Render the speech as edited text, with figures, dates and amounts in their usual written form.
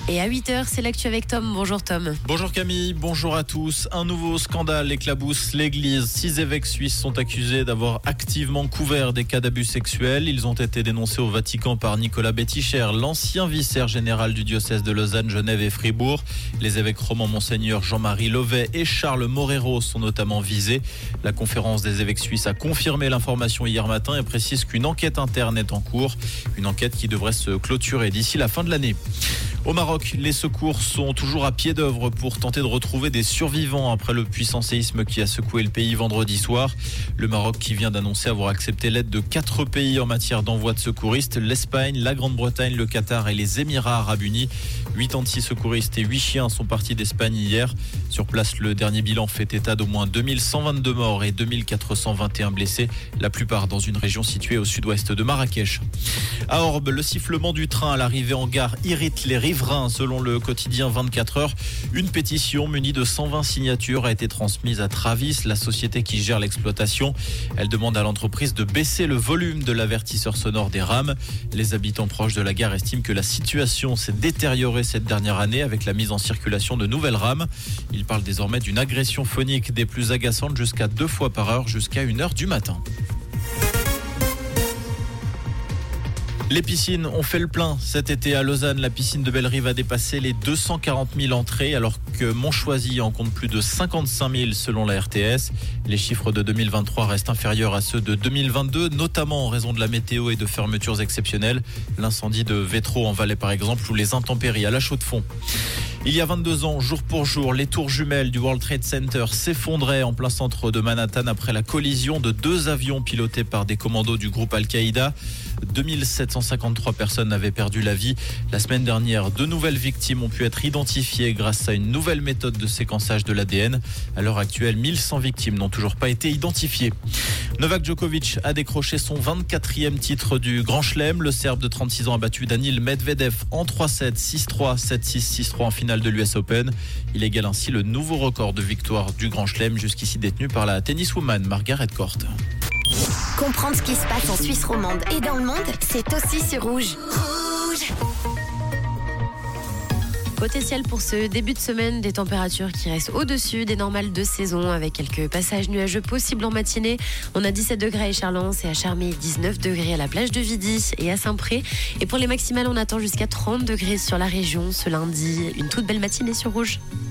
Et à 8h, c'est l'actu avec Tom. Bonjour Tom. Bonjour Camille, bonjour à tous. Un nouveau scandale éclabousse l'Église. 6 évêques suisses sont accusés d'avoir activement couvert des cas d'abus sexuels. Ils ont été dénoncés au Vatican par Nicolas Betticher, l'ancien vicaire général du diocèse de Lausanne, Genève et Fribourg. Les évêques romans Monseigneur Jean-Marie Lovet et Charles Morero sont notamment visés. La conférence des évêques suisses a confirmé l'information hier matin et précise qu'une enquête interne est en cours. Une enquête qui devrait se clôturer d'ici la fin de l'année. Au Maroc, les secours sont toujours à pied d'œuvre pour tenter de retrouver des survivants après le puissant séisme qui a secoué le pays vendredi soir. Le Maroc qui vient d'annoncer avoir accepté l'aide de 4 pays en matière d'envoi de secouristes, l'Espagne, la Grande-Bretagne, le Qatar et les Émirats arabes unis. 86 secouristes et 8 chiens sont partis d'Espagne hier. Sur place, le dernier bilan fait état d'au moins 2122 morts et 2421 blessés, la plupart dans une région située au sud-ouest de Marrakech. À Orbe, le sifflement du train à l'arrivée en gare irrite les riverains, selon le quotidien 24 heures. Une pétition munie de 120 signatures a été transmise à Travis, la société qui gère l'exploitation. Elle demande à l'entreprise de baisser le volume de l'avertisseur sonore des rames. Les habitants proches de la gare estiment que la situation s'est détériorée cette dernière année avec la mise en circulation de nouvelles rames. Ils parlent désormais d'une agression phonique des plus agaçantes jusqu'à 2 fois par heure jusqu'à 1h du matin. Les piscines ont fait le plein cet été à Lausanne. La piscine de Bellerive a dépassé les 240 000 entrées alors que Montchoisy en compte plus de 55 000 selon la RTS. Les chiffres de 2023 restent inférieurs à ceux de 2022, notamment en raison de la météo et de fermetures exceptionnelles. L'incendie de Vétro en Valais par exemple ou les intempéries à la Chaux-de-Fonds. Il y a 22 ans, jour pour jour, les tours jumelles du World Trade Center s'effondraient en plein centre de Manhattan après la collision de 2 avions pilotés par des commandos du groupe Al-Qaïda. 2753 personnes avaient perdu la vie. La semaine dernière, 2 nouvelles victimes ont pu être identifiées grâce à une nouvelle méthode de séquençage de l'ADN. À l'heure actuelle, 1100 victimes n'ont toujours pas été identifiées. Novak Djokovic a décroché son 24e titre du Grand Chelem. Le Serbe de 36 ans a battu Daniil Medvedev en 3-7, 6-3, 7-6, 6-3 en finale de l'US Open. Il égale ainsi le nouveau record de victoire du Grand Chelem, jusqu'ici détenu par la tenniswoman Margaret Court. Comprendre ce qui se passe en Suisse romande et dans le monde, c'est aussi sur Rouge. Potentiel pour ce début de semaine, des températures qui restent au-dessus des normales de saison avec quelques passages nuageux possibles en matinée. On a 17 degrés à Écharlens et à Charmey, 19 degrés à la plage de Vidy et à Saint-Pré. Et pour les maximales, on attend jusqu'à 30 degrés sur la région ce lundi. Une toute belle matinée sur Rouge.